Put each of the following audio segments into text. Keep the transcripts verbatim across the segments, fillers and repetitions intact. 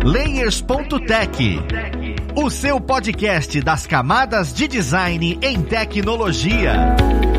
Layers ponto tech, o seu podcast das camadas de design em tecnologia.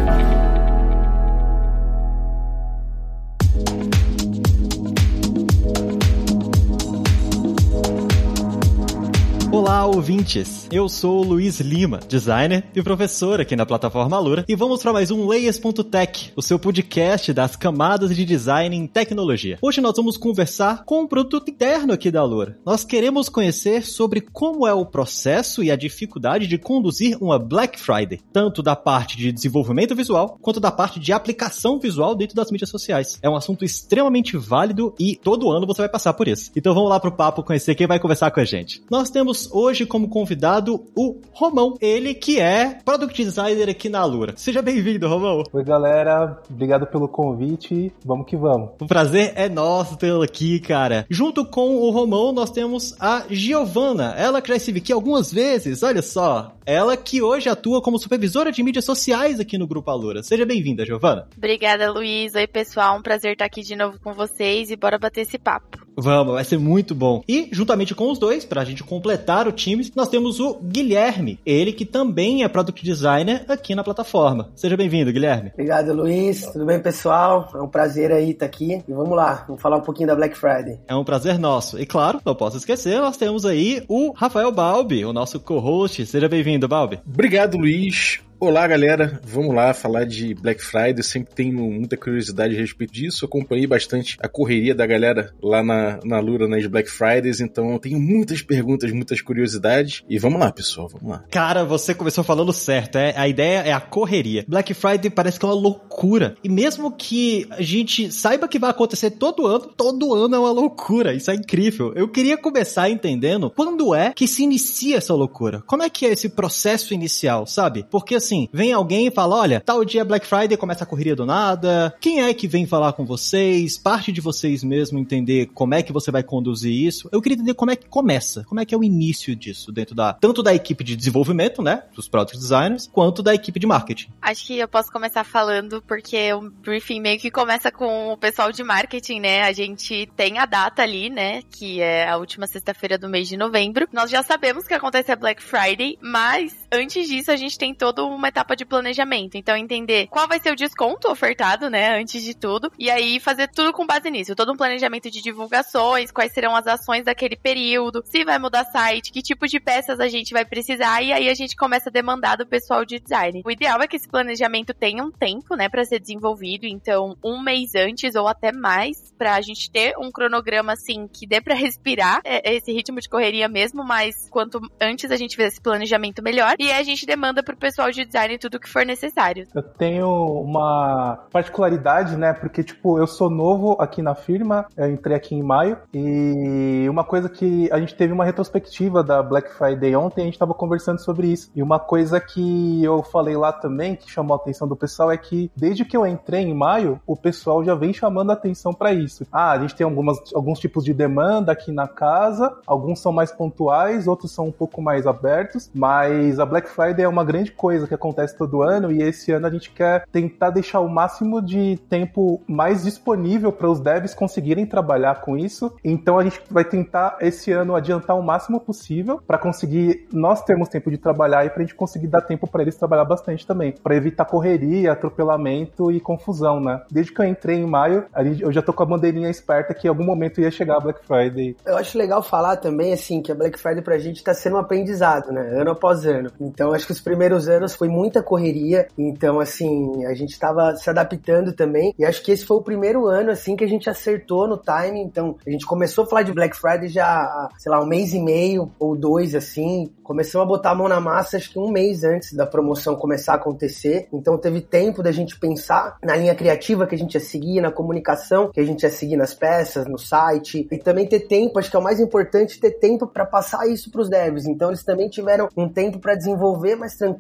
Olá, ouvintes! Eu sou o Luiz Lima, designer e professor aqui na plataforma Alura, e vamos para mais um Layers ponto tech, o seu podcast das camadas de design em tecnologia. Hoje nós vamos conversar com um produto interno aqui da Alura. Nós queremos conhecer sobre como é o processo e a dificuldade de conduzir uma Black Friday, tanto da parte de desenvolvimento visual, quanto da parte de aplicação visual dentro das mídias sociais. É um assunto extremamente válido e todo ano você vai passar por isso. Então vamos lá pro papo conhecer quem vai conversar com a gente. Nós temos hoje como convidado o Romão, ele que é Product Designer aqui na Alura. Seja bem-vindo, Romão. Oi, galera. Obrigado pelo convite. Vamos que vamos. O prazer é nosso tê-lo aqui, cara. Junto com o Romão, nós temos a Giovana. Ela que já esteve aqui algumas vezes, olha só. Ela que hoje atua como supervisora de mídias sociais aqui no Grupo Alura. Seja bem-vinda, Giovana. Obrigada, Luiz. Oi, pessoal. Um prazer estar aqui de novo com vocês e bora bater esse papo. Vamos, vai ser muito bom. E, juntamente com os dois, pra gente completar o time, nós temos o Guilherme, ele que também é Product Designer aqui na plataforma. Seja bem-vindo, Guilherme. Obrigado, Luiz. Tudo bem, pessoal? É um prazer aí estar aqui. E vamos lá, vamos falar um pouquinho da Black Friday. É um prazer nosso. E claro, não posso esquecer, nós temos aí o Rafael Balbi, o nosso co-host. Seja bem-vindo, Balbi. Obrigado, Luiz. Olá, galera. Vamos lá falar de Black Friday. Eu sempre tenho muita curiosidade a respeito disso. Eu acompanhei bastante a correria da galera lá na, na Alura nas Black Fridays, então eu tenho muitas perguntas, muitas curiosidades. E vamos lá, pessoal, vamos lá. Cara, você começou falando certo. É, a ideia é a correria. Black Friday parece que é uma loucura. E mesmo que a gente saiba que vai acontecer todo ano, todo ano é uma loucura. Isso é incrível. Eu queria começar entendendo quando é que se inicia essa loucura. Como é que é esse processo inicial, sabe? Porque assim, Assim, vem alguém e fala, olha, tal dia Black Friday, começa a correria do nada, quem é que vem falar com vocês, parte de vocês mesmo entender como é que você vai conduzir isso. Eu queria entender como é que começa, como é que é o início disso, dentro da, tanto da equipe de desenvolvimento, né, dos product designers, quanto da equipe de marketing. Acho que eu posso começar falando, porque o briefing meio que começa com o pessoal de marketing, né, a gente tem a data ali, né, que é a última sexta-feira do mês de novembro. Nós já sabemos que acontece a Black Friday, mas antes disso a gente tem todo uma etapa de planejamento, então entender qual vai ser o desconto ofertado, né, antes de tudo, e aí fazer tudo com base nisso, todo um planejamento de divulgações, quais serão as ações daquele período, se vai mudar site, que tipo de peças a gente vai precisar, e aí a gente começa a demandar do pessoal de design. O ideal é que esse planejamento tenha um tempo, né, pra ser desenvolvido, então um mês antes ou até mais, pra gente ter um cronograma, assim, que dê pra respirar é, esse ritmo de correria mesmo, mas quanto antes a gente fizer esse planejamento, melhor, e aí a gente demanda pro pessoal de design e tudo o que for necessário. Eu tenho uma particularidade, né, porque, tipo, eu sou novo aqui na firma, eu entrei aqui em maio, e uma coisa que a gente teve uma retrospectiva da Black Friday ontem, a gente tava conversando sobre isso, e uma coisa que eu falei lá também, que chamou a atenção do pessoal, é que desde que eu entrei em maio, o pessoal já vem chamando a atenção pra isso. Ah, a gente tem algumas, alguns tipos de demanda aqui na casa, alguns são mais pontuais, outros são um pouco mais abertos, mas a Black Friday é uma grande coisa que acontece todo ano, e esse ano a gente quer tentar deixar o máximo de tempo mais disponível para os devs conseguirem trabalhar com isso. Então a gente vai tentar esse ano adiantar o máximo possível para conseguir nós termos tempo de trabalhar e para a gente conseguir dar tempo para eles trabalhar bastante também, para evitar correria, atropelamento e confusão, né? Desde que eu entrei em maio, eu já tô com a bandeirinha esperta que em algum momento ia chegar a Black Friday. Eu acho legal falar também, assim, que a Black Friday pra gente tá sendo um aprendizado, né? Ano após ano. Então acho que os primeiros anos foi muita correria, então assim, a gente tava se adaptando também, e acho que esse foi o primeiro ano, assim, que a gente acertou no timing, então a gente começou a falar de Black Friday já, sei lá, um mês e meio ou dois, assim, começamos a botar a mão na massa, acho que um mês antes da promoção começar a acontecer, então teve tempo da gente pensar na linha criativa que a gente ia seguir, na comunicação que a gente ia seguir nas peças, no site, e também ter tempo, acho que é o mais importante, ter tempo para passar isso pros devs, então eles também tiveram um tempo para desenvolver mais tranquilo isso,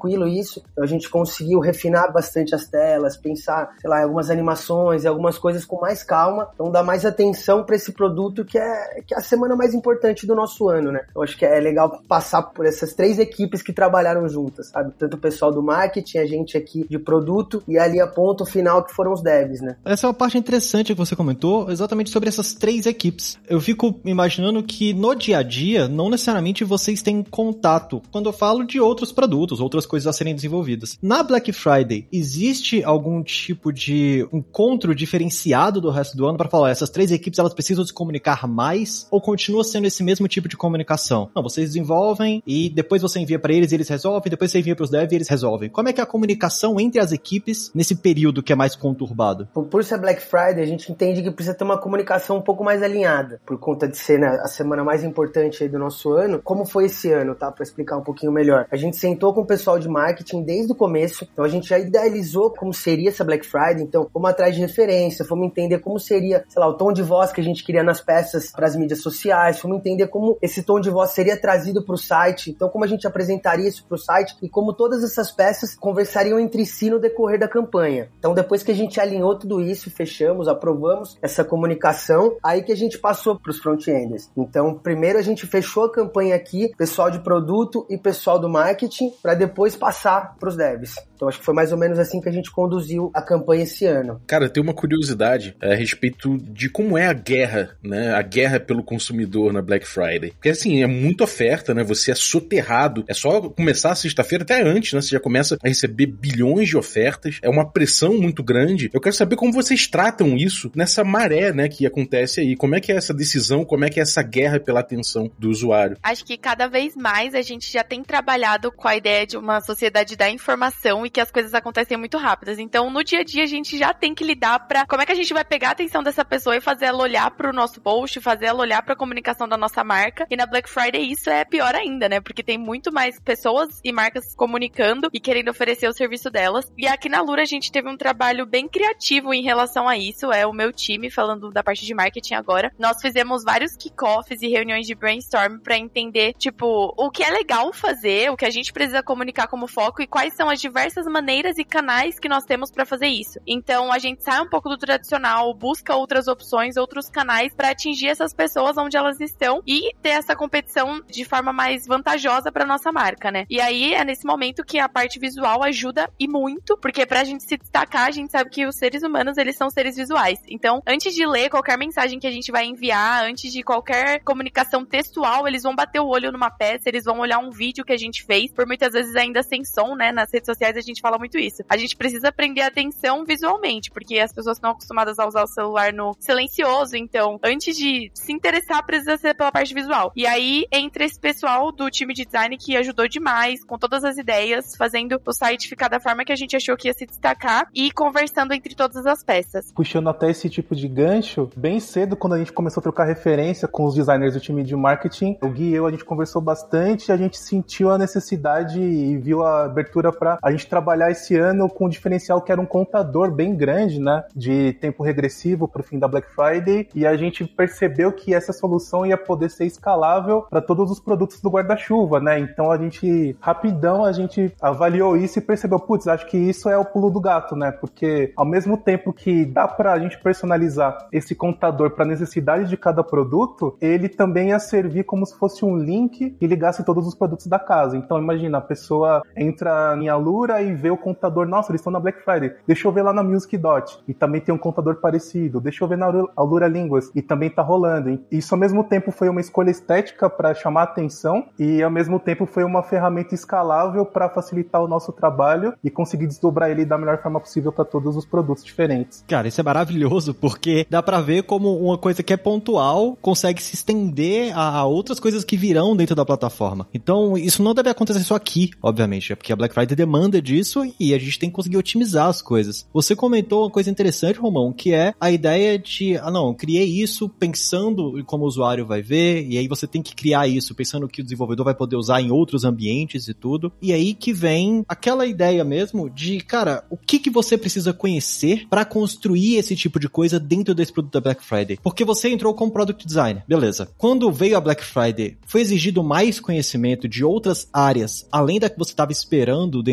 começo, então a gente conseguiu refinar bastante as telas, pensar, sei lá, em algumas animações, algumas coisas com mais calma, então dar mais atenção para esse produto que é, que é a semana mais importante do nosso ano, né? Eu acho que é legal passar por essas três equipes que trabalharam juntas, sabe? Tanto o pessoal do marketing, a gente aqui de produto e ali a ponto final que foram os devs, né? Essa é uma parte interessante que você comentou, exatamente sobre essas três equipes. Eu fico imaginando que no dia a dia, não necessariamente vocês têm contato quando eu falo de outros produtos, outras coisas a serem desenvolvidas. Na Black Friday, existe algum tipo de encontro diferenciado do resto do ano para falar, essas três equipes elas precisam se comunicar mais ou continua sendo esse mesmo tipo de comunicação? Não, vocês desenvolvem e depois você envia para eles e eles resolvem, depois você envia para os devs e eles resolvem. Como é que é a comunicação entre as equipes nesse período que é mais conturbado? Por ser Black Friday, a gente entende que precisa ter uma comunicação um pouco mais alinhada, por conta de ser, né, a semana mais importante aí do nosso ano. Como foi esse ano, tá? Para explicar um pouquinho melhor. A gente sentou com o pessoal de marketing desde o começo, então a gente já idealizou como seria essa Black Friday, então fomos atrás de referência, fomos entender como seria, sei lá, o tom de voz que a gente queria nas peças para as mídias sociais, fomos entender como esse tom de voz seria trazido para o site, então como a gente apresentaria isso para o site e como todas essas peças conversariam entre si no decorrer da campanha. Então depois que a gente alinhou tudo isso, fechamos, aprovamos essa comunicação, aí que a gente passou para os front-enders. Então primeiro a gente fechou a campanha aqui, pessoal de produto e pessoal do marketing, para depois passar para os devs. Então acho que foi mais ou menos assim que a gente conduziu a campanha esse ano. Cara, tem uma curiosidade a respeito de como é a guerra, né? A guerra pelo consumidor na Black Friday. Porque assim, é muita oferta, né? Você é soterrado. É só começar a sexta-feira, até antes, né? Você já começa a receber bilhões de ofertas. É uma pressão muito grande. Eu quero saber como vocês tratam isso nessa maré, né? Que acontece aí. Como é que é essa decisão? Como é que é essa guerra pela atenção do usuário? Acho que cada vez mais a gente já tem trabalhado com a ideia de uma sociedade da informação e que as coisas acontecem muito rápidas. Então, no dia a dia, a gente já tem que lidar pra como é que a gente vai pegar a atenção dessa pessoa e fazer ela olhar pro nosso post, fazer ela olhar pra comunicação da nossa marca. E na Black Friday isso é pior ainda, né? Porque tem muito mais pessoas e marcas comunicando e querendo oferecer o serviço delas. E aqui na Lura a gente teve um trabalho bem criativo em relação a isso. É o meu time, falando da parte de marketing agora. Nós fizemos vários kickoffs e reuniões de brainstorm pra entender, tipo, o que é legal fazer, o que a gente precisa comunicar como foco e quais são as diversas maneiras e canais que nós temos pra fazer isso. Então a gente sai um pouco do tradicional, busca outras opções, outros canais pra atingir essas pessoas onde elas estão e ter essa competição de forma mais vantajosa pra nossa marca, né? E aí é nesse momento que a parte visual ajuda e muito, porque pra gente se destacar, a gente sabe que os seres humanos, eles são seres visuais. Então, antes de ler qualquer mensagem que a gente vai enviar, antes de qualquer comunicação textual, eles vão bater o olho numa peça, eles vão olhar um vídeo que a gente fez, por muitas vezes ainda sem som, né? Nas redes sociais a gente fala muito isso. A gente precisa prender atenção visualmente, porque as pessoas estão acostumadas a usar o celular no silencioso, então, antes de se interessar, precisa ser pela parte visual. E aí, entra esse pessoal do time de design que ajudou demais, com todas as ideias, fazendo o site ficar da forma que a gente achou que ia se destacar e conversando entre todas as peças. Puxando até esse tipo de gancho, bem cedo, quando a gente começou a trocar referência com os designers do time de marketing, o Gui e eu, a gente conversou bastante, a gente sentiu a necessidade e viu a abertura para a gente trabalhar esse ano com um diferencial que era um contador bem grande, né, de tempo regressivo para o fim da Black Friday, e a gente percebeu que essa solução ia poder ser escalável para todos os produtos do guarda-chuva, né, então a gente, rapidão, a gente avaliou isso e percebeu, putz, acho que isso é o pulo do gato, né, porque ao mesmo tempo que dá para a gente personalizar esse contador para a necessidade de cada produto, ele também ia servir como se fosse um link que ligasse todos os produtos da casa. Então imagina, a pessoa entra em Alura e vê o contador, nossa, eles estão na Black Friday, deixa eu ver lá na Music Dot, e também tem um contador parecido, deixa eu ver na Alura Línguas, e também tá rolando. Isso ao mesmo tempo foi uma escolha estética para chamar atenção, e ao mesmo tempo foi uma ferramenta escalável para facilitar o nosso trabalho e conseguir desdobrar ele da melhor forma possível para todos os produtos diferentes. Cara, isso é maravilhoso, porque dá pra ver como uma coisa que é pontual consegue se estender a outras coisas que virão dentro da plataforma. Então, isso não deve acontecer só aqui, obviamente, é porque a Black Friday demanda disso e a gente tem que conseguir otimizar as coisas. Você comentou uma coisa interessante, Romão, que é a ideia de, ah não, eu criei isso pensando em como o usuário vai ver, e aí você tem que criar isso pensando que o desenvolvedor vai poder usar em outros ambientes e tudo. E aí que vem aquela ideia mesmo de, cara, o que que você precisa conhecer pra construir esse tipo de coisa dentro desse produto da Black Friday? Porque você entrou como Product Designer, beleza. Quando veio a Black Friday, foi exigido mais conhecimento de outras áreas, além da que você estava esperando dentro desse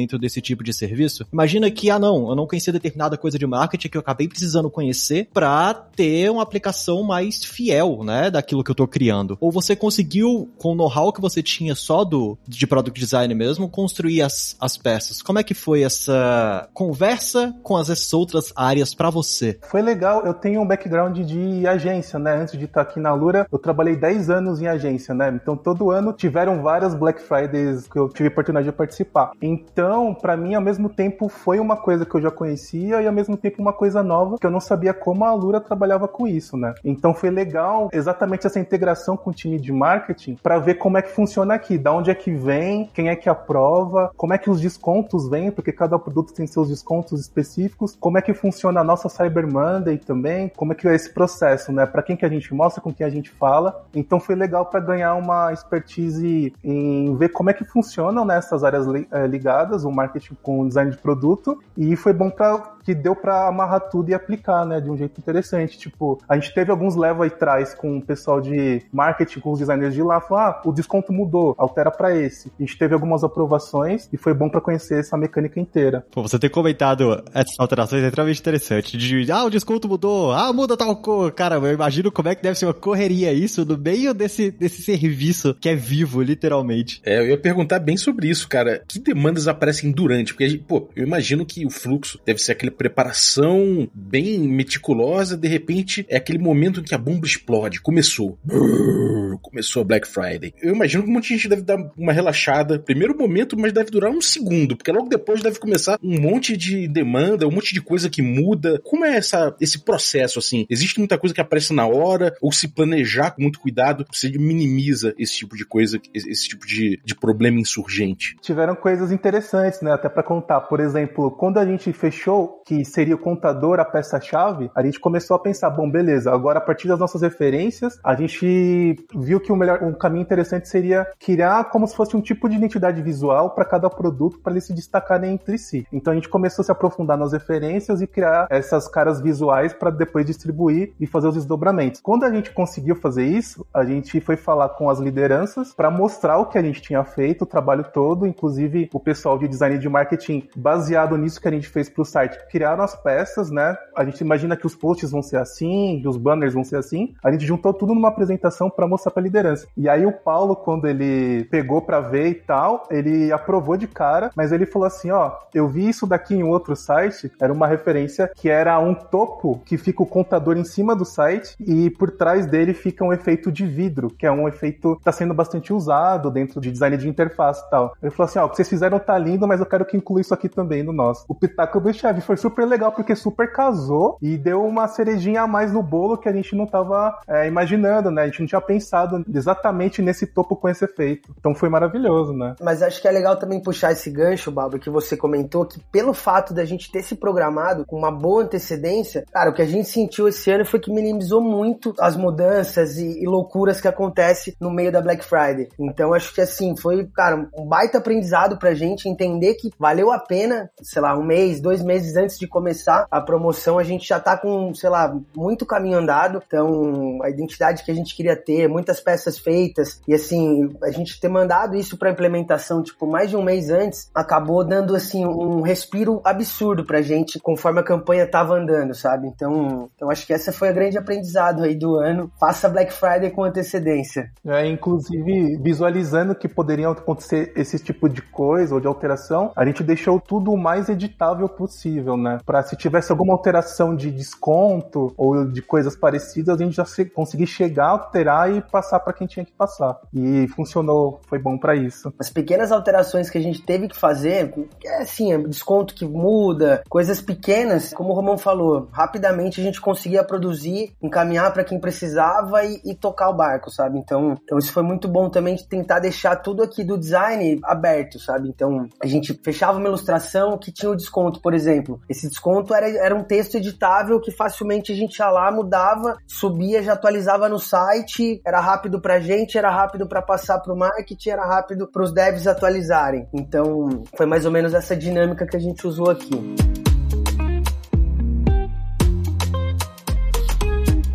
tipo de serviço? Imagina que, ah não, eu não conhecia determinada coisa de marketing que eu acabei precisando conhecer pra ter uma aplicação mais fiel, né, daquilo que eu tô criando. Ou você conseguiu, com o know-how que você tinha só do, de product design mesmo, construir as, as peças. Como é que foi essa conversa com as outras áreas pra você? Foi legal, eu tenho um background de agência, né, antes de estar aqui na Alura, eu trabalhei dez anos em agência, né, então todo ano tiveram várias Black Fridays que eu tive a oportunidade de participar. Então, pra mim, ao mesmo tempo, foi uma coisa que eu já conhecia e ao mesmo tempo uma coisa nova, que eu não sabia como a Alura trabalhava com isso, né. Então foi legal exatamente essa integração com o time de marketing pra ver como é que funciona aqui, da onde é que vem, quem é que aprova, como é que os descontos vêm, porque cada produto tem seus descontos específicos, como é que funciona a nossa Cyber Monday também, como é que é esse processo, né, pra quem que a gente mostra, com quem a gente fala. Então foi legal pra ganhar uma expertise em ver como é que funcionam nessas áreas ligadas, o marketing com o design de produto, e foi bom pra, que deu pra amarrar tudo e aplicar, né, de um jeito interessante. Tipo, a gente teve alguns leva atrás com o pessoal de marketing, com os designers de lá, falou, ah, o desconto mudou, altera pra esse. A gente teve algumas aprovações e foi bom pra conhecer essa mecânica inteira. Pô, você ter comentado essas alterações é extremamente interessante. De, ah, o desconto mudou, ah, muda tal cor. Cara, eu imagino como é que deve ser uma correria isso no meio desse, desse serviço que é vivo, literalmente. É, eu ia perguntar bem sobre isso, cara. Que demandas aparecem durante? Porque, pô, eu imagino que o fluxo deve ser aquela preparação bem meticulosa, de repente é aquele momento em que a bomba explode. Começou. Brrr, começou a Black Friday. Eu imagino que um monte de gente deve dar uma relaxada. Primeiro momento, mas deve durar um segundo, porque logo depois deve começar um monte de demanda, um monte de coisa que muda. Como é essa, esse processo, assim? Existe muita coisa que aparece na hora, ou se planejar com muito cuidado, você minimiza esse tipo de coisa, esse tipo de, de problema insurgente? Tiveram coisas interessantes, né, até pra contar. Por exemplo, quando a gente fechou, que seria o contador, a peça-chave, a gente começou a pensar, bom, beleza, agora a partir das nossas referências, a gente viu que o melhor, um caminho interessante seria criar como se fosse um tipo de identidade visual para cada produto, para eles se destacarem entre si. Então a gente começou a se aprofundar nas referências e criar essas caras visuais para depois distribuir e fazer os desdobramentos. Quando a gente conseguiu fazer isso, a gente foi falar com as lideranças para mostrar o que a gente tinha feito, o trabalho todo, inclusive o pessoal de design de marketing, baseado nisso que a gente fez para o site, criaram as peças, né? A gente imagina que os posts vão ser assim, que os banners vão ser assim. A gente juntou tudo numa apresentação para mostrar para a liderança. E aí o Paulo, quando ele pegou para ver e tal, ele aprovou de cara, mas ele falou assim, ó, eu vi isso daqui em outro site, era uma referência que era um topo que fica o contador em cima do site e por trás dele fica um efeito de vidro, que é um efeito que está sendo bastante usado dentro de design de interface e tal. Ele falou assim, ó, o que vocês fizeram tá lindo, mas eu quero que inclua isso aqui também no nosso. O pitaco do chefe foi super legal, porque super casou e deu uma cerejinha a mais no bolo que a gente não tava é, imaginando, né? A gente não tinha pensado exatamente nesse topo com esse efeito. Então foi maravilhoso, né? Mas acho que é legal também puxar esse gancho, Babo, que você comentou, que pelo fato da gente ter se programado com uma boa antecedência, cara, o que a gente sentiu esse ano foi que minimizou muito as mudanças e, e loucuras que acontecem no meio da Black Friday. Então acho que assim, foi, cara, um baita aprendizado pra gente entender que valeu a pena, sei lá, um mês, dois meses antes de começar a promoção, a gente já tá com, sei lá, muito caminho andado. Então a identidade que a gente queria ter, muitas peças feitas, e assim, a gente ter mandado isso pra implementação, tipo, mais de um mês antes, acabou dando, assim, um respiro absurdo pra gente, conforme a campanha tava andando, sabe? Então, então acho que essa foi a grande aprendizado aí do ano. Faça Black Friday com antecedência. É, inclusive, visualizando que poderiam acontecer esse tipo de coisa ou de alteração, a gente deixou tudo o mais editável possível, né? Pra se tivesse alguma alteração de desconto ou de coisas parecidas, a gente já se, conseguir chegar, alterar e passar pra quem tinha que passar. E funcionou, foi bom pra isso. As pequenas alterações que a gente teve que fazer, é assim, é desconto que muda, coisas pequenas, como o Romão falou, rapidamente a gente conseguia produzir, encaminhar pra quem precisava e, e tocar o barco, sabe? Então, então isso foi muito bom também, de tentar deixar tudo aqui do design aberto, sabe? Então a gente fechava uma ilustração que tinha o desconto, por exemplo. Esse desconto era, era um texto editável que facilmente a gente ia lá, mudava, subia, já atualizava no site, era rápido pra gente, era rápido pra passar pro marketing, era rápido pros devs atualizarem. Então foi mais ou menos essa dinâmica que a gente usou aqui.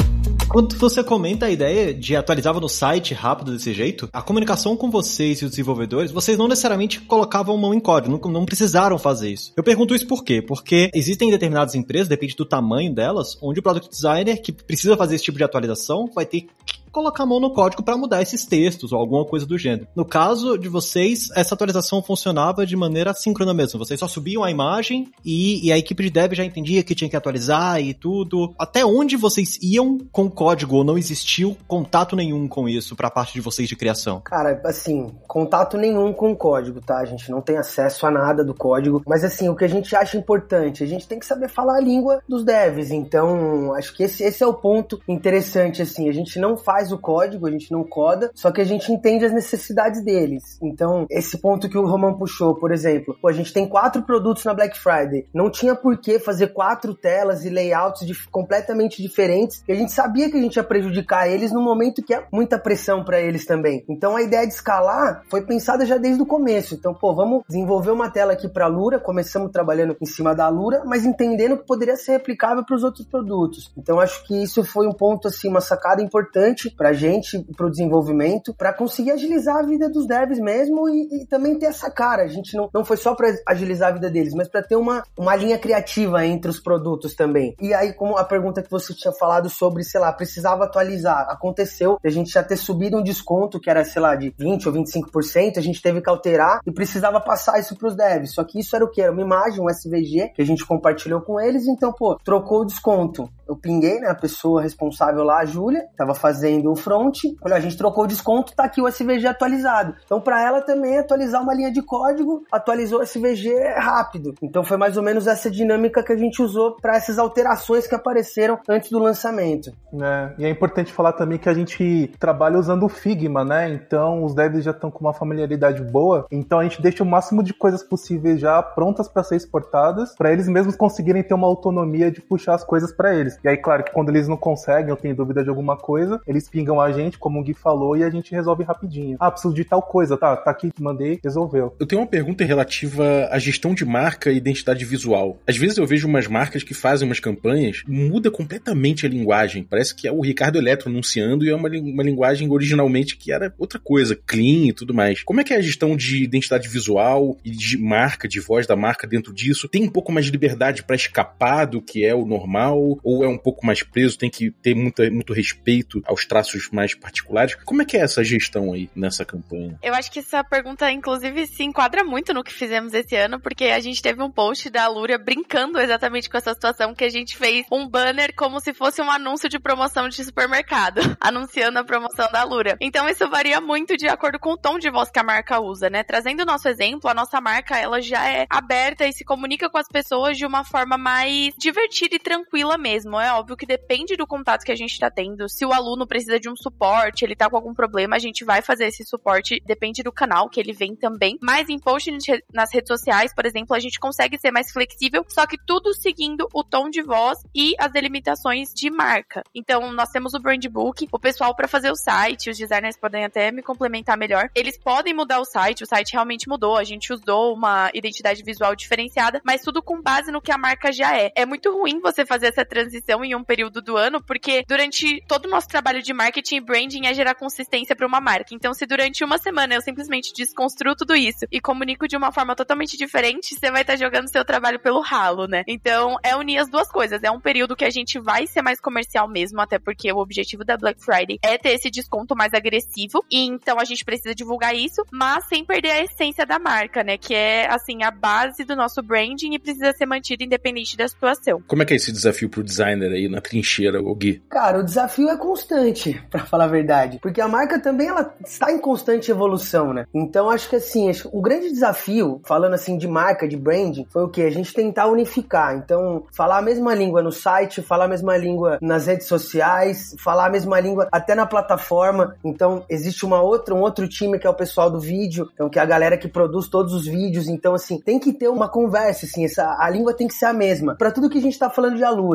Quando você comenta a ideia de atualizar no site rápido desse jeito, a comunicação com vocês e os desenvolvedores, vocês não necessariamente colocavam mão em código, não, não precisaram fazer isso. Eu pergunto isso por quê? Porque existem determinadas empresas, depende do tamanho delas, onde o product designer que precisa fazer esse tipo de atualização vai ter que colocar a mão no código para mudar esses textos ou alguma coisa do gênero. No caso de vocês, essa atualização funcionava de maneira assíncrona mesmo. Vocês só subiam a imagem e, e a equipe de dev já entendia que tinha que atualizar e tudo. Até onde vocês iam com o código ou não existiu contato nenhum com isso para a parte de vocês de criação? Cara, assim, contato nenhum com o código, tá? A gente não tem acesso a nada do código, mas assim, o que a gente acha importante, a gente tem que saber falar a língua dos devs, então acho que esse, esse é o ponto interessante, assim, a gente não faz o código, a gente não coda, só que a gente entende as necessidades deles. Então, esse ponto que o Roman puxou, por exemplo, pô, a gente tem quatro produtos na Black Friday, não tinha por que fazer quatro telas e layouts de, completamente diferentes, porque a gente sabia que a gente ia prejudicar eles no momento que é muita pressão para eles também. Então, a ideia de escalar foi pensada já desde o começo. Então, pô, vamos desenvolver uma tela aqui para a Lura, começamos trabalhando em cima da Lura, mas entendendo que poderia ser replicável para os outros produtos. Então, acho que isso foi um ponto, assim, uma sacada importante pra gente, pro desenvolvimento, pra conseguir agilizar a vida dos devs mesmo e, e também ter essa cara. A gente não, não foi só pra agilizar a vida deles, mas pra ter uma, uma linha criativa entre os produtos também. E aí, como a pergunta que você tinha falado sobre, sei lá, precisava atualizar, aconteceu a gente já ter subido um desconto que era, sei lá, de vinte ou vinte e cinco por cento, a gente teve que alterar e precisava passar isso pros devs. Só que isso era o quê? Era uma imagem, um S V G que a gente compartilhou com eles, então, pô, trocou o desconto. Eu pinguei, né, a pessoa responsável lá, a Júlia, tava fazendo o front, olha, a gente trocou o desconto, tá aqui o S V G atualizado. Então, para ela também atualizar uma linha de código, atualizou o S V G rápido. Então, foi mais ou menos essa dinâmica que a gente usou para essas alterações que apareceram antes do lançamento. É, e é importante falar também que a gente trabalha usando o Figma, né? Então, os devs já estão com uma familiaridade boa, então a gente deixa o máximo de coisas possíveis já prontas para ser exportadas, para eles mesmos conseguirem ter uma autonomia de puxar as coisas para eles. E aí, claro, que quando eles não conseguem ou têm dúvida de alguma coisa, eles pingam a gente, como o Gui falou, e a gente resolve rapidinho. Ah, preciso de tal coisa, tá, tá aqui, mandei, resolveu. Eu tenho uma pergunta relativa à gestão de marca e identidade visual. Às vezes eu vejo umas marcas que fazem umas campanhas, muda completamente a linguagem. Parece que é o Ricardo Eletro anunciando e é uma, uma linguagem originalmente que era outra coisa, clean e tudo mais. Como é que é a gestão de identidade visual e de marca, de voz da marca dentro disso? Tem um pouco mais de liberdade pra escapar do que é o normal? Ou é um pouco mais preso, tem que ter muita, muito respeito aos traços mais particulares? Como é que é essa gestão aí nessa campanha? Eu acho que essa pergunta, inclusive, se enquadra muito no que fizemos esse ano, porque a gente teve um post da Lura brincando exatamente com essa situação, que a gente fez um banner como se fosse um anúncio de promoção de supermercado, anunciando a promoção da Lura. Então isso varia muito de acordo com o tom de voz que a marca usa, né? Trazendo o nosso exemplo, a nossa marca, ela já é aberta e se comunica com as pessoas de uma forma mais divertida e tranquila mesmo. É óbvio que depende do contato que a gente tá tendo. Se o aluno precisa de um suporte, ele tá com algum problema, a gente vai fazer esse suporte, depende do canal que ele vem também. Mas em post nas redes sociais, por exemplo, a gente consegue ser mais flexível, só que tudo seguindo o tom de voz e as delimitações de marca. Então, nós temos o brand book, o pessoal para fazer o site, os designers podem até me complementar melhor. Eles podem mudar o site, o site realmente mudou, a gente usou uma identidade visual diferenciada, mas tudo com base no que a marca já é. É muito ruim você fazer essa transição em um período do ano, porque durante todo o nosso trabalho de marketing e branding é gerar consistência para uma marca. Então, se durante uma semana eu simplesmente desconstruo tudo isso e comunico de uma forma totalmente diferente, você vai estar jogando seu trabalho pelo ralo, né? Então, é unir as duas coisas. É um período que a gente vai ser mais comercial mesmo, até porque o objetivo da Black Friday é ter esse desconto mais agressivo, e então a gente precisa divulgar isso, mas sem perder a essência da marca, né? Que é, assim, a base do nosso branding e precisa ser mantida independente da situação. Como é que é esse desafio pro designer aí na trincheira, o Gui? Cara, o desafio é constante, pra falar a verdade, porque a marca também, ela está em constante evolução, né? Então, acho que assim, acho, o grande desafio, falando assim de marca, de branding, foi o quê? A gente tentar unificar. Então, falar a mesma língua no site, falar a mesma língua nas redes sociais, falar a mesma língua até na plataforma. Então, existe uma outra, um outro time que é o pessoal do vídeo, então, que é a galera que produz todos os vídeos. Então, assim, tem que ter uma conversa, assim, essa, a língua tem que ser a mesma, pra tudo que a gente tá falando de Alura. Então,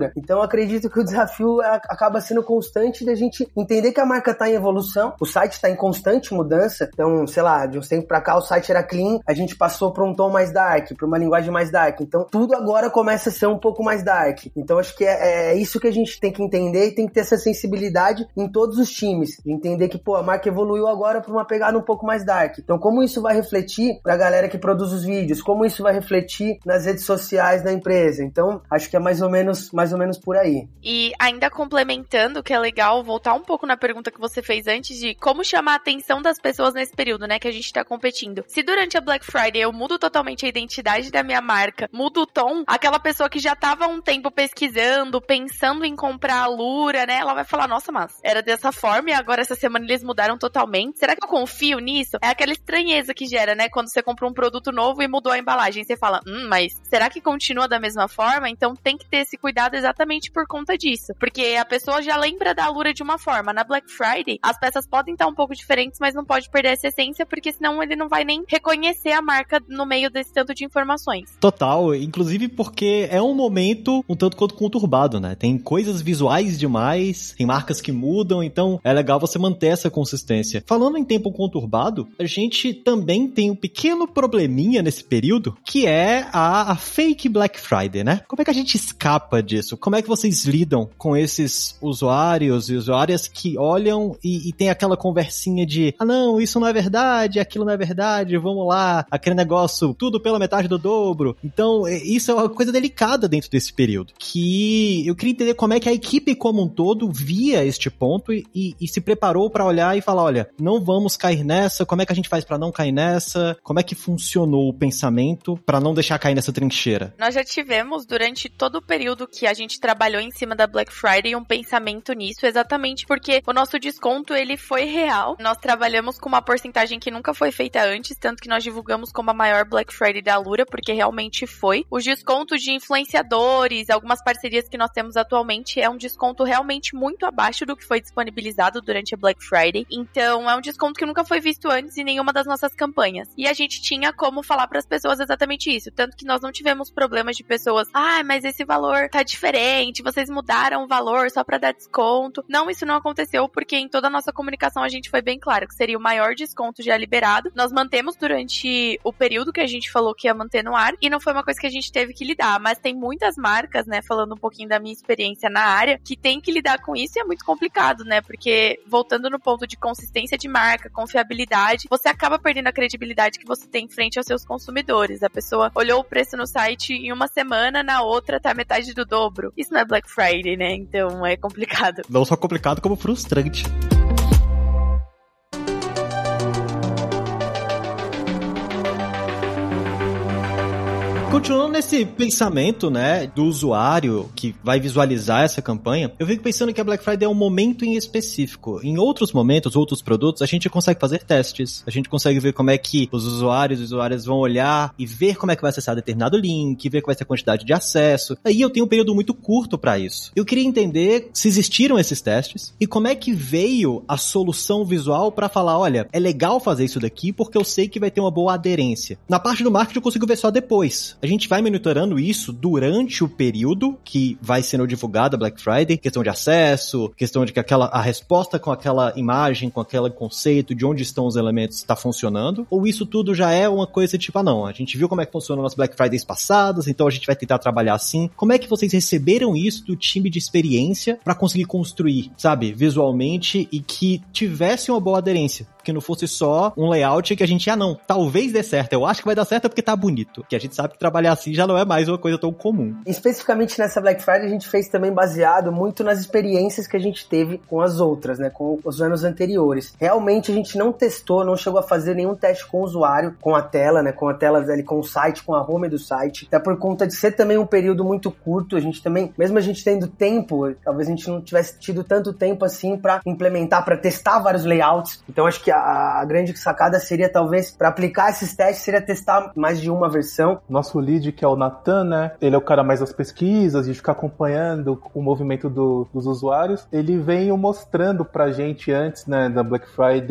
acredito que o desafio acaba sendo constante da gente entender que a marca tá em evolução, o site tá em constante mudança. Então, sei lá, de uns tempos pra cá o site era clean, a gente passou pra um tom mais dark, pra uma linguagem mais dark. Então, tudo agora começa a ser um pouco mais dark. Então, acho que é, é isso que a gente tem que entender e tem que ter essa sensibilidade em todos os times. De entender que, pô, a marca evoluiu agora pra uma pegada um pouco mais dark. Então, como isso vai refletir pra galera que produz os vídeos? Como isso vai refletir nas redes sociais da empresa? Então, acho que é mais ou menos, mais ou menos por aí. E ainda complementando, que é legal voltar um pouco na pergunta que você fez antes de como chamar a atenção das pessoas nesse período, né, que a gente tá competindo. Se durante a Black Friday eu mudo totalmente a identidade da minha marca, mudo o tom, aquela pessoa que já tava há um tempo pesquisando, pensando em comprar a Lura, né, ela vai falar, nossa, mas era dessa forma e agora essa semana eles mudaram totalmente. Será que eu confio nisso? É aquela estranheza que gera, né, quando você compra um produto novo e mudou a embalagem. Você fala, hum, mas será que continua da mesma forma? Então tem que ter esse cuidado exatamente por conta disso. Porque a pessoa já lembra da Lura de uma forma. Na Black Friday, as peças podem estar um pouco diferentes, mas não pode perder essa essência, porque senão ele não vai nem reconhecer a marca no meio desse tanto de informações. Total, inclusive porque é um momento um tanto quanto conturbado, né? Tem coisas visuais demais, tem marcas que mudam, então é legal você manter essa consistência. Falando em tempo conturbado, a gente também tem um pequeno probleminha nesse período, que é a, a fake Black Friday, né? Como é que a gente escapa disso? Como é que vocês lidam com esses usuários e usuárias que olham e, e tem aquela conversinha de, ah não, isso não é verdade, aquilo não é verdade, vamos lá, aquele negócio, tudo pela metade do dobro. Então, isso é uma coisa delicada dentro desse período, que eu queria entender como é que a equipe como um todo via este ponto e, e, e se preparou para olhar e falar, olha, não vamos cair nessa, como é que a gente faz para não cair nessa, como é que funcionou o pensamento para não deixar cair nessa trincheira? Nós já tivemos, durante todo o período que a gente trabalhou em cima da Black Friday, um pensamento nisso, exatamente porque o nosso desconto, ele foi real. Nós trabalhamos com uma porcentagem que nunca foi feita antes, tanto que nós divulgamos como a maior Black Friday da Lura, porque realmente foi. Os descontos de influenciadores, algumas parcerias que nós temos atualmente, é um desconto realmente muito abaixo do que foi disponibilizado durante a Black Friday. Então, é um desconto que nunca foi visto antes em nenhuma das nossas campanhas. E a gente tinha como falar para as pessoas exatamente isso, tanto que nós não tivemos problemas de pessoas, ah, mas esse valor tá diferente, vocês mudaram o valor só pra dar desconto. Não, isso não aconteceu, porque em toda a nossa comunicação a gente foi bem claro que seria o maior desconto já liberado. Nós mantemos durante o período que a gente falou que ia manter no ar, e não foi uma coisa que a gente teve que lidar, mas tem muitas marcas, né, falando um pouquinho da minha experiência na área, que tem que lidar com isso e é muito complicado, né, porque voltando no ponto de consistência de marca, confiabilidade, você acaba perdendo a credibilidade que você tem em frente aos seus consumidores. A pessoa olhou o preço no site em uma semana, na outra tá metade do dobro. Isso não é Black Friday, né? Então é complicado. Não só complicado, como frustrante. Continuando nesse pensamento, né, do usuário que vai visualizar essa campanha, eu fico pensando que a Black Friday é um momento em específico. Em outros momentos, outros produtos, a gente consegue fazer testes, a gente consegue ver como é que os usuários e usuárias vão olhar e ver como é que vai acessar determinado link, ver qual vai ser a quantidade de acesso. Aí eu tenho um período muito curto para isso. Eu queria entender se existiram esses testes e como é que veio a solução visual para falar, olha, é legal fazer isso daqui porque eu sei que vai ter uma boa aderência. Na parte do marketing eu consigo ver só depois. A gente vai monitorando isso durante o período que vai sendo divulgado a Black Friday, questão de acesso, questão de que aquela, a resposta com aquela imagem, com aquele conceito de onde estão os elementos está funcionando, ou isso tudo já é uma coisa tipo, ah não, a gente viu como é que funcionou nas Black Fridays passadas, então a gente vai tentar trabalhar assim. Como é que vocês receberam isso do time de experiência para conseguir construir, sabe, visualmente e que tivesse uma boa aderência? Que não fosse só um layout que a gente, ah não, talvez dê certo, eu acho que vai dar certo porque tá bonito. Que a gente sabe que trabalhar assim já não é mais uma coisa tão comum. Especificamente nessa Black Friday a gente fez também baseado muito nas experiências que a gente teve com as outras, né, com os anos anteriores. Realmente a gente não testou, não chegou a fazer nenhum teste com o usuário, com a tela, né, com a tela ali, com o site, com a home do site, até por conta de ser também um período muito curto. A gente também, mesmo a gente tendo tempo, talvez a gente não tivesse tido tanto tempo assim pra implementar, pra testar vários layouts. Então acho que a, a grande sacada seria talvez, para aplicar esses testes, seria testar mais de uma versão. Nosso lead, que é o Nathan, né, ele é o cara mais das pesquisas, de ficar acompanhando o movimento do, dos usuários. Ele veio mostrando pra gente antes, né, da Black Friday,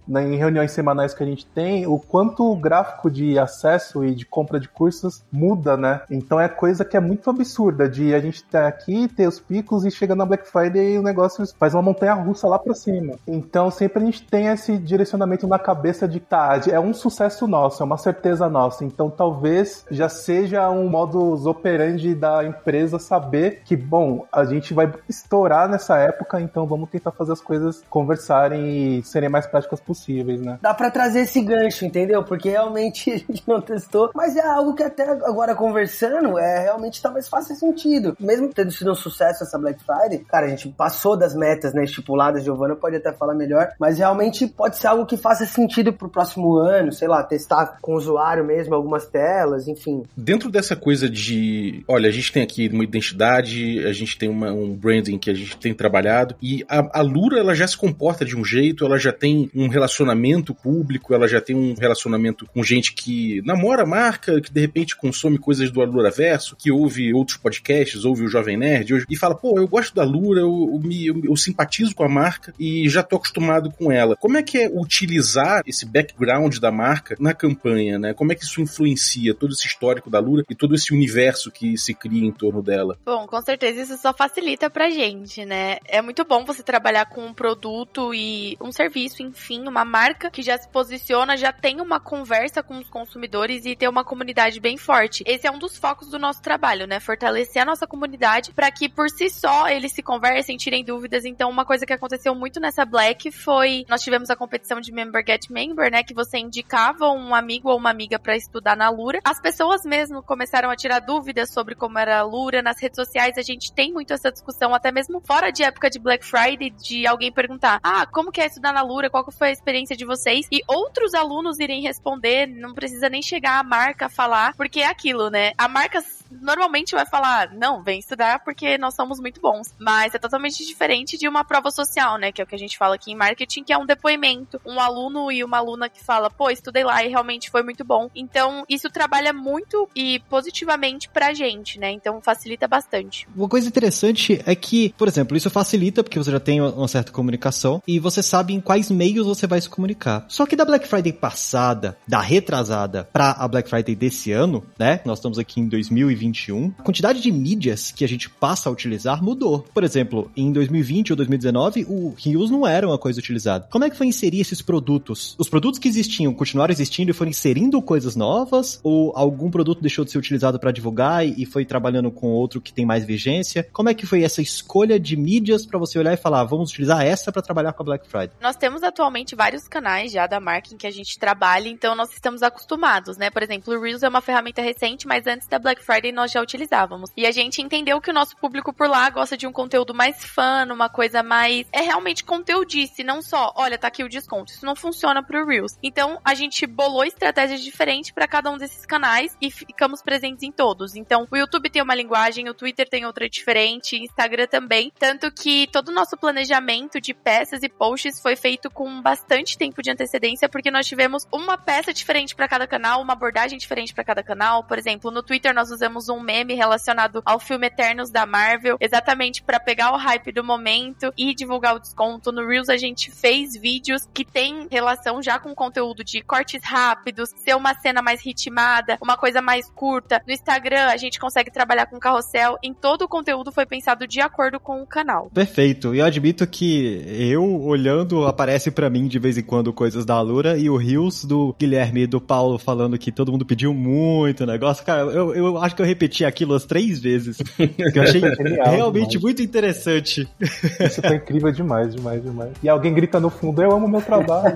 né, em reuniões semanais que a gente tem, o quanto o gráfico de acesso e de compra de cursos muda, né? Então é coisa que é muito absurda, de a gente estar aqui, ter os picos e chega na Black Friday e o negócio faz uma montanha-russa lá pra cima. Então sempre a gente tem esse direcionamento na cabeça de, tá, é um sucesso nosso, é uma certeza nossa, então talvez já seja um modus operandi da empresa saber que, bom, a gente vai estourar nessa época, então vamos tentar fazer as coisas conversarem e serem mais práticas possíveis, né? Dá pra trazer esse gancho, entendeu? Porque realmente a gente não testou, mas é algo que até agora conversando, é, realmente talvez faça sentido. Mesmo tendo sido um sucesso essa Black Friday, cara, a gente passou das metas, né, estipuladas, Giovana pode até falar melhor, mas realmente pode ser algo que faça sentido pro próximo ano, sei lá, testar com o usuário mesmo algumas telas, enfim. Dentro dessa coisa de, olha, a gente tem aqui uma identidade, a gente tem uma, um branding que a gente tem trabalhado, e a, a Lura, ela já se comporta de um jeito, ela já tem um relacionamento público, ela já tem um relacionamento com gente que namora a marca, que de repente consome coisas do Aluraverso, que ouve outros podcasts, ouve o Jovem Nerd, e fala, pô, eu gosto da Lura, eu, eu, me, eu, eu simpatizo com a marca e já tô acostumado com ela. Como é que é utilizar esse background da marca na campanha, né? Como é que isso influencia todo esse histórico da Lura e todo esse universo que se cria em torno dela? Bom, com certeza isso só facilita pra gente, né? É muito bom você trabalhar com um produto e um serviço, enfim, uma marca que já se posiciona, já tem uma conversa com os consumidores e ter uma comunidade bem forte. Esse é um dos focos do nosso trabalho, né? Fortalecer a nossa comunidade para que por si só eles se conversem, tirem dúvidas. Então, uma coisa que aconteceu muito nessa Black foi, nós tivemos a competição de Member Get Member, né? Que você indicava um amigo ou uma amiga para estudar na Lura. As pessoas mesmo começaram a tirar dúvidas sobre como era a Lura. Nas redes sociais a gente tem muito essa discussão, até mesmo fora de época de Black Friday, de alguém perguntar, ah, como que é estudar na Lura? Qual que foi a experiência de vocês? E outros alunos irem responder, não precisa nem chegar a marca a falar, porque é aquilo, né? A marca normalmente vai falar, não, vem estudar porque nós somos muito bons. Mas é totalmente diferente de uma prova social, né? Que é o que a gente fala aqui em marketing, que é um depoimento. Um aluno e uma aluna que fala, pô, estudei lá e realmente foi muito bom. Então, isso trabalha muito e positivamente pra gente, né? Então, facilita bastante. Uma coisa interessante é que, por exemplo, isso facilita porque você já tem uma certa comunicação e você sabe em quais meios você vai se comunicar. Só que da Black Friday passada, da retrasada, pra a Black Friday desse ano, né? Nós estamos aqui em dois mil e vinte e um. A quantidade de mídias que a gente passa a utilizar mudou. Por exemplo, em dois mil e vinte ou dois mil e dezenove, o Reels não era uma coisa utilizada. Como é que foi inserir esses produtos? Os produtos que existiam continuaram existindo e foram inserindo coisas novas? Ou algum produto deixou de ser utilizado para divulgar e foi trabalhando com outro que tem mais vigência? Como é que foi essa escolha de mídias para você olhar e falar, vamos utilizar essa para trabalhar com a Black Friday? Nós temos atualmente vários canais já da marca em que a gente trabalha, então nós estamos acostumados, né? Por exemplo, o Reels é uma ferramenta recente, mas antes da Black Friday nós já utilizávamos. E a gente entendeu que o nosso público por lá gosta de um conteúdo mais fã, uma coisa mais... É realmente conteúdice, não só, olha, tá aqui o desconto. Isso não funciona pro Reels. Então, a gente bolou estratégias diferentes para cada um desses canais e ficamos presentes em todos. Então, o YouTube tem uma linguagem, o Twitter tem outra diferente, Instagram também. Tanto que todo o nosso planejamento de peças e posts foi feito com bastante tempo de antecedência, porque nós tivemos uma peça diferente para cada canal, uma abordagem diferente para cada canal. Por exemplo, no Twitter nós usamos um meme relacionado ao filme Eternos da Marvel, exatamente para pegar o hype do momento e divulgar o desconto. No Reels a gente fez vídeos que tem relação já com conteúdo de cortes rápidos, ser uma cena mais ritmada, uma coisa mais curta. No Instagram a gente consegue trabalhar com carrossel. Em todo o conteúdo foi pensado de acordo com o canal. Perfeito. E eu admito que eu, olhando, aparece pra mim de vez em quando coisas da Alura e o Reels do Guilherme e do Paulo falando que todo mundo pediu muito negócio. Cara, eu, eu acho que eu repeti aquilo as três vezes. Que eu achei Genial, realmente demais. Muito interessante. Isso foi incrível demais, demais, demais. E alguém grita no fundo, eu amo meu trabalho.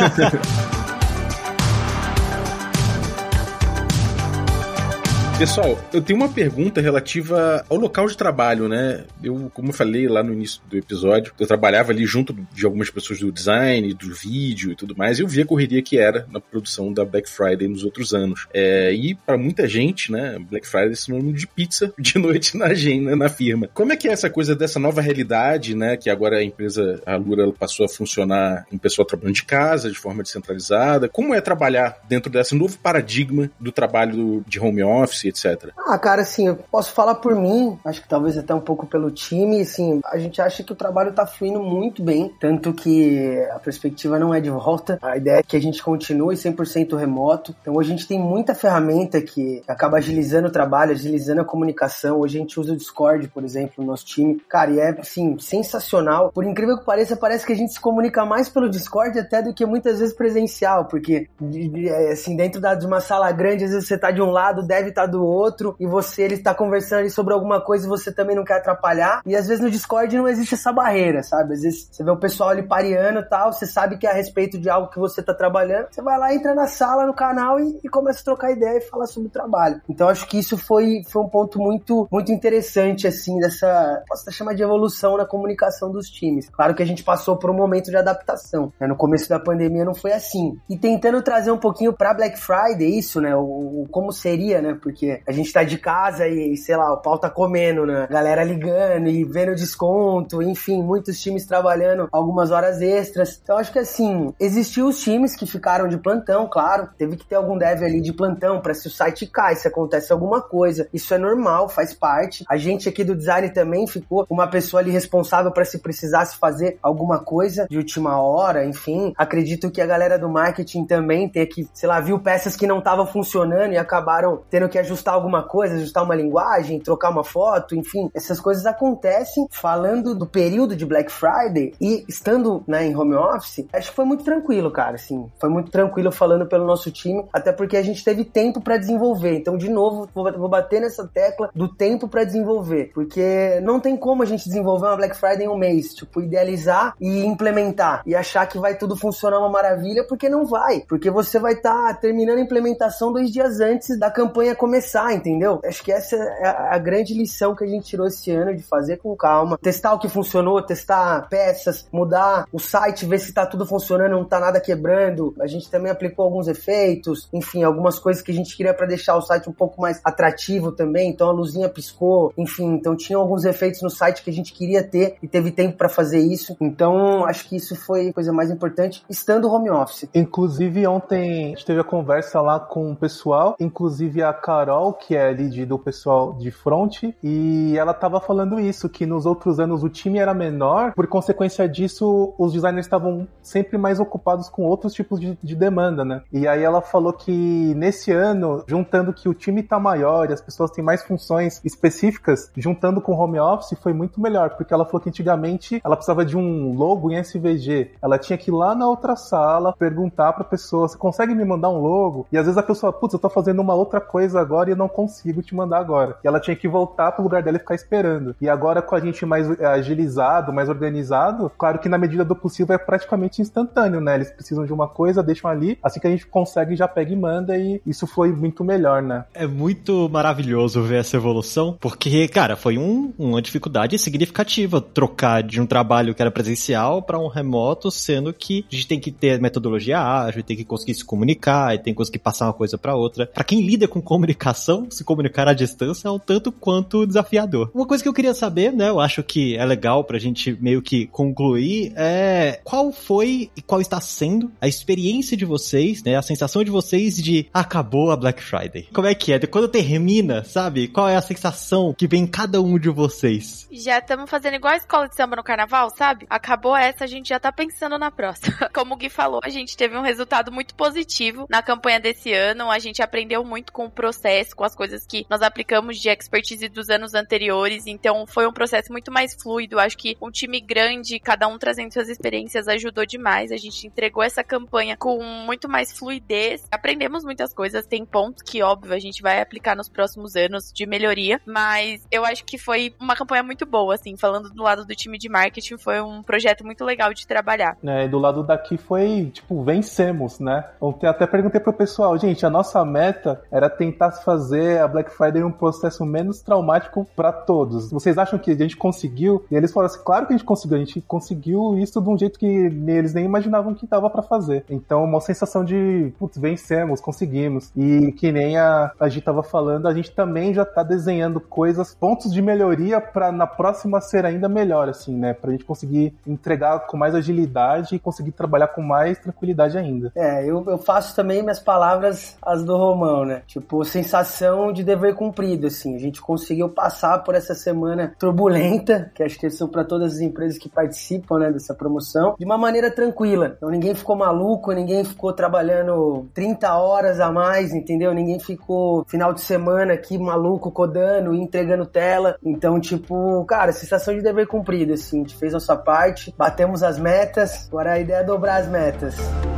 Pessoal, eu tenho uma pergunta relativa ao local de trabalho, né? Eu, como eu falei lá no início do episódio, eu trabalhava ali junto de algumas pessoas do design, do vídeo e tudo mais, e eu vi a correria que era na produção da Black Friday nos outros anos. É, e para muita gente, né, Black Friday é sinônimo de pizza de noite na agenda, na firma. Como é que é essa coisa dessa nova realidade, né, que agora a empresa, a Alura, passou a funcionar com o pessoal trabalhando de casa, de forma descentralizada? Como é trabalhar dentro desse novo paradigma do trabalho de home office, etcétera? Ah, cara, assim, eu posso falar por mim, acho que talvez até um pouco pelo time, assim, a gente acha que o trabalho tá fluindo muito bem, tanto que a perspectiva não é de volta, a ideia é que a gente continue cem por cento remoto, então hoje a gente tem muita ferramenta que acaba agilizando o trabalho, agilizando a comunicação, hoje a gente usa o Discord, por exemplo, no nosso time, cara, e é, assim, sensacional, por incrível que pareça, parece que a gente se comunica mais pelo Discord até do que muitas vezes presencial, porque, assim, dentro da, de uma sala grande, às vezes você tá de um lado, deve estar do outro, e você, ele tá conversando ali sobre alguma coisa e você também não quer atrapalhar, e às vezes no Discord não existe essa barreira, sabe? Às vezes você vê o pessoal ali pareando e tal, você sabe que é a respeito de algo que você tá trabalhando, você vai lá, entra na sala, no canal e, e começa a trocar ideia e falar sobre o trabalho. Então acho que isso foi, foi um ponto muito, muito interessante, assim, dessa, posso até chamar de evolução na comunicação dos times. Claro que a gente passou por um momento de adaptação, né? No começo da pandemia não foi assim. E tentando trazer um pouquinho pra Black Friday isso, né? O, o como seria, né? Porque a gente tá de casa e, sei lá, o pau tá comendo, né? Galera ligando e vendo desconto, enfim, muitos times trabalhando algumas horas extras. Então acho que assim, existiu os times que ficaram de plantão, claro, teve que ter algum dev ali de plantão pra se o site cai, se acontece alguma coisa. Isso é normal, faz parte. A gente aqui do design também ficou uma pessoa ali responsável pra se precisasse fazer alguma coisa de última hora, enfim. Acredito que a galera do marketing também tem que, sei lá, viu peças que não estavam funcionando e acabaram tendo que ajustar alguma coisa, ajustar uma linguagem, trocar uma foto, enfim, essas coisas acontecem. Falando do período de Black Friday e estando, né, em home office, acho que foi muito tranquilo, cara, assim, foi muito tranquilo falando pelo nosso time, até porque a gente teve tempo pra desenvolver. Então, de novo, vou, vou bater nessa tecla do tempo pra desenvolver, porque não tem como a gente desenvolver uma Black Friday em um mês, tipo, idealizar e implementar e achar que vai tudo funcionar uma maravilha, porque não vai, porque você vai estar tá terminando a implementação dois dias antes da campanha começar, entendeu? Acho que essa é a, a grande lição que a gente tirou esse ano, de fazer com calma, testar o que funcionou, testar peças, mudar o site, ver se tá tudo funcionando, não tá nada quebrando. A gente também aplicou alguns efeitos, enfim, algumas coisas que a gente queria pra deixar o site um pouco mais atrativo também, então a luzinha piscou, enfim, então tinha alguns efeitos no site que a gente queria ter e teve tempo pra fazer isso, então acho que isso foi a coisa mais importante, estando home office. Inclusive ontem a gente teve a conversa lá com o pessoal, inclusive a Carol, que é lead do pessoal de front, e ela tava falando isso, que nos outros anos o time era menor, por consequência disso os designers estavam sempre mais ocupados com outros tipos de, de demanda, né? E aí ela falou que nesse ano, juntando que o time tá maior e as pessoas têm mais funções específicas, juntando com o home office foi muito melhor, porque ela falou que antigamente ela precisava de um logo em S V G, ela tinha que ir lá na outra sala, perguntar pra pessoa, você consegue me mandar um logo? E às vezes a pessoa, putz, eu tô fazendo uma outra coisa agora e eu não consigo te mandar agora. E ela tinha que voltar pro lugar dela e ficar esperando. E agora com a gente mais agilizado, mais organizado, claro que na medida do possível é praticamente instantâneo, né? Eles precisam de uma coisa, deixam ali, assim que a gente consegue já pega e manda, e isso foi muito melhor, né? É muito maravilhoso ver essa evolução, porque, cara, foi um, uma dificuldade significativa trocar de um trabalho que era presencial para um remoto, sendo que a gente tem que ter metodologia ágil, tem que conseguir se comunicar, tem que conseguir passar uma coisa para outra. Para quem lida com comunicação, se comunicar à distância é um tanto quanto desafiador. Uma coisa que eu queria saber, né, eu acho que é legal pra gente meio que concluir, é qual foi e qual está sendo a experiência de vocês, né, a sensação de vocês de acabou a Black Friday. Como é que é? De quando termina, sabe? Qual é a sensação que vem em cada um de vocês? Já estamos fazendo igual a escola de samba no carnaval, sabe? Acabou essa, a gente já tá pensando na próxima. Como o Gui falou, a gente teve um resultado muito positivo na campanha desse ano, a gente aprendeu muito com o processo, com as coisas que nós aplicamos de expertise dos anos anteriores, então foi um processo muito mais fluido. Acho que um time grande, cada um trazendo suas experiências, ajudou demais. A gente entregou essa campanha com muito mais fluidez, aprendemos muitas coisas, tem pontos que, óbvio, a gente vai aplicar nos próximos anos de melhoria, mas eu acho que foi uma campanha muito boa, assim, falando do lado do time de marketing, foi um projeto muito legal de trabalhar. É, do lado daqui foi, tipo, vencemos, né? Ontem até perguntei pro pessoal, gente, a nossa meta era tentar fazer a Black Friday um processo menos traumático pra todos. Vocês acham que a gente conseguiu? E eles falaram assim, claro que a gente conseguiu, a gente conseguiu isso de um jeito que eles nem imaginavam que dava pra fazer. Então, uma sensação de, putz, vencemos, conseguimos. E que nem a, a gente tava falando, a gente também já tá desenhando coisas, pontos de melhoria pra na próxima ser ainda melhor, assim, né? Pra gente conseguir entregar com mais agilidade e conseguir trabalhar com mais tranquilidade ainda. É, eu, eu faço também minhas palavras as do Romão, né? Tipo, sensação sensação de dever cumprido, assim. A gente conseguiu passar por essa semana turbulenta, que acho que são para todas as empresas que participam, né, dessa promoção, de uma maneira tranquila. Então ninguém ficou maluco, ninguém ficou trabalhando trinta horas a mais, entendeu? Ninguém ficou final de semana aqui maluco, codando, entregando tela. Então, tipo, cara, sensação de dever cumprido, assim. A gente fez a nossa parte, batemos as metas, agora a ideia é dobrar as metas.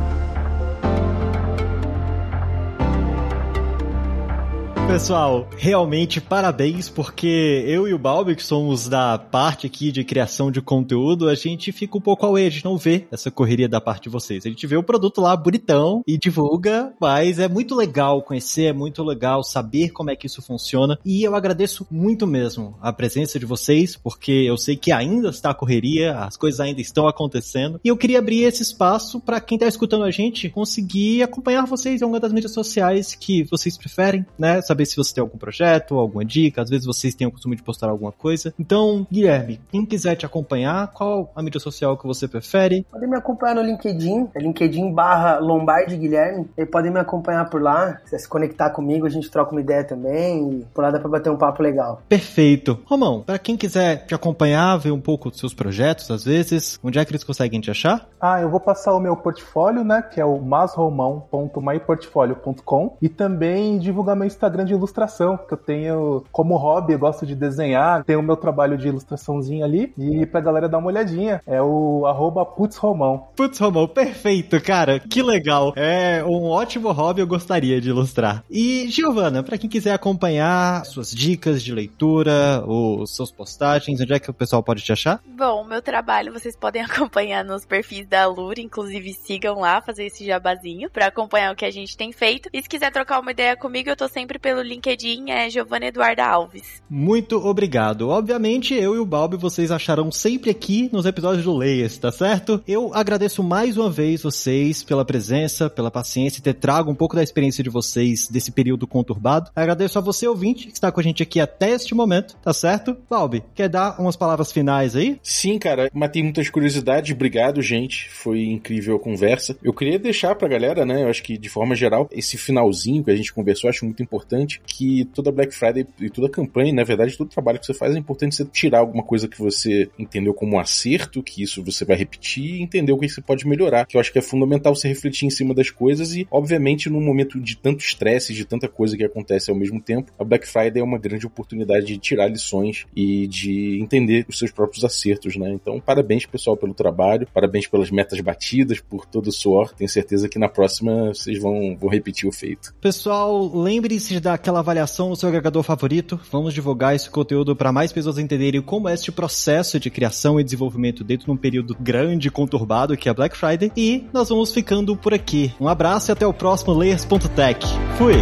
Pessoal, realmente parabéns, porque eu e o Balbi, que somos da parte aqui de criação de conteúdo, a gente fica um pouco away, a gente não vê essa correria da parte de vocês. A gente vê o produto lá bonitão e divulga, mas é muito legal conhecer, é muito legal saber como é que isso funciona. E eu agradeço muito mesmo a presença de vocês, porque eu sei que ainda está a correria, as coisas ainda estão acontecendo. E eu queria abrir esse espaço para quem está escutando a gente conseguir acompanhar vocês em alguma das mídias sociais que vocês preferem, né? Saber se você tem algum projeto, alguma dica, às vezes vocês têm o costume de postar alguma coisa. Então, Guilherme, quem quiser te acompanhar, qual a mídia social que você prefere? Podem me acompanhar no LinkedIn, é LinkedIn barra Lombardi Guilherme, e podem me acompanhar por lá, se se conectar comigo, a gente troca uma ideia também, e por lá dá pra bater um papo legal. Perfeito. Romão, pra quem quiser te acompanhar, ver um pouco dos seus projetos, às vezes, onde é que eles conseguem te achar? Ah, eu vou passar o meu portfólio, né, que é o masromão ponto my portfolio ponto com, e também divulgar meu Instagram de ilustração, que eu tenho como hobby, eu gosto de desenhar, tenho o meu trabalho de ilustraçãozinho ali, e pra galera dar uma olhadinha, é o arroba putzromão. Putzromão, perfeito, cara, que legal, é um ótimo hobby, eu gostaria de ilustrar. E, Giovana, pra quem quiser acompanhar suas dicas de leitura, os seus postagens, onde é que o pessoal pode te achar? Bom, meu trabalho vocês podem acompanhar nos perfis da Alura, inclusive sigam lá, fazer esse jabazinho, pra acompanhar o que a gente tem feito, e se quiser trocar uma ideia comigo, eu tô sempre pelo LinkedIn, é Giovana Eduarda Alves. Muito obrigado. Obviamente, eu e o Balbi vocês acharão sempre aqui nos episódios do Layers, tá certo? Eu agradeço mais uma vez vocês pela presença, pela paciência e ter trago um pouco da experiência de vocês desse período conturbado. Agradeço a você, ouvinte, que está com a gente aqui até este momento, tá certo? Balbi, quer dar umas palavras finais aí? Sim, cara, matei muitas curiosidades, obrigado, gente, foi incrível a conversa. Eu queria deixar pra galera, né, eu acho que de forma geral, esse finalzinho que a gente conversou, eu acho muito importante, que toda Black Friday e toda campanha, na verdade, todo trabalho que você faz, é importante você tirar alguma coisa que você entendeu como um acerto, que isso você vai repetir, e entender o que você pode melhorar, que eu acho que é fundamental você refletir em cima das coisas e, obviamente, num momento de tanto estresse, de tanta coisa que acontece ao mesmo tempo, a Black Friday é uma grande oportunidade de tirar lições e de entender os seus próprios acertos, né? Então, parabéns, pessoal, pelo trabalho, parabéns pelas metas batidas, por todo o suor, tenho certeza que na próxima vocês vão, vão repetir o feito. Pessoal, lembre-se de dar aquela avaliação no seu agregador favorito. Vamos divulgar esse conteúdo para mais pessoas entenderem como é este processo de criação e desenvolvimento dentro de um período grande e conturbado que é a Black Friday. E nós vamos ficando por aqui. Um abraço e até o próximo Layers ponto tech. Fui!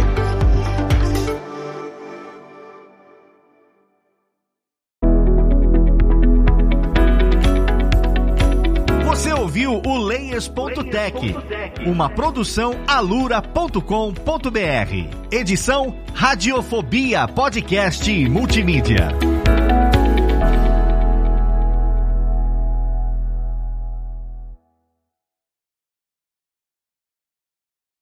Você ouviu o Layers ponto tech, uma produção alura ponto com ponto br. Edição Radiofobia Podcast e Multimídia.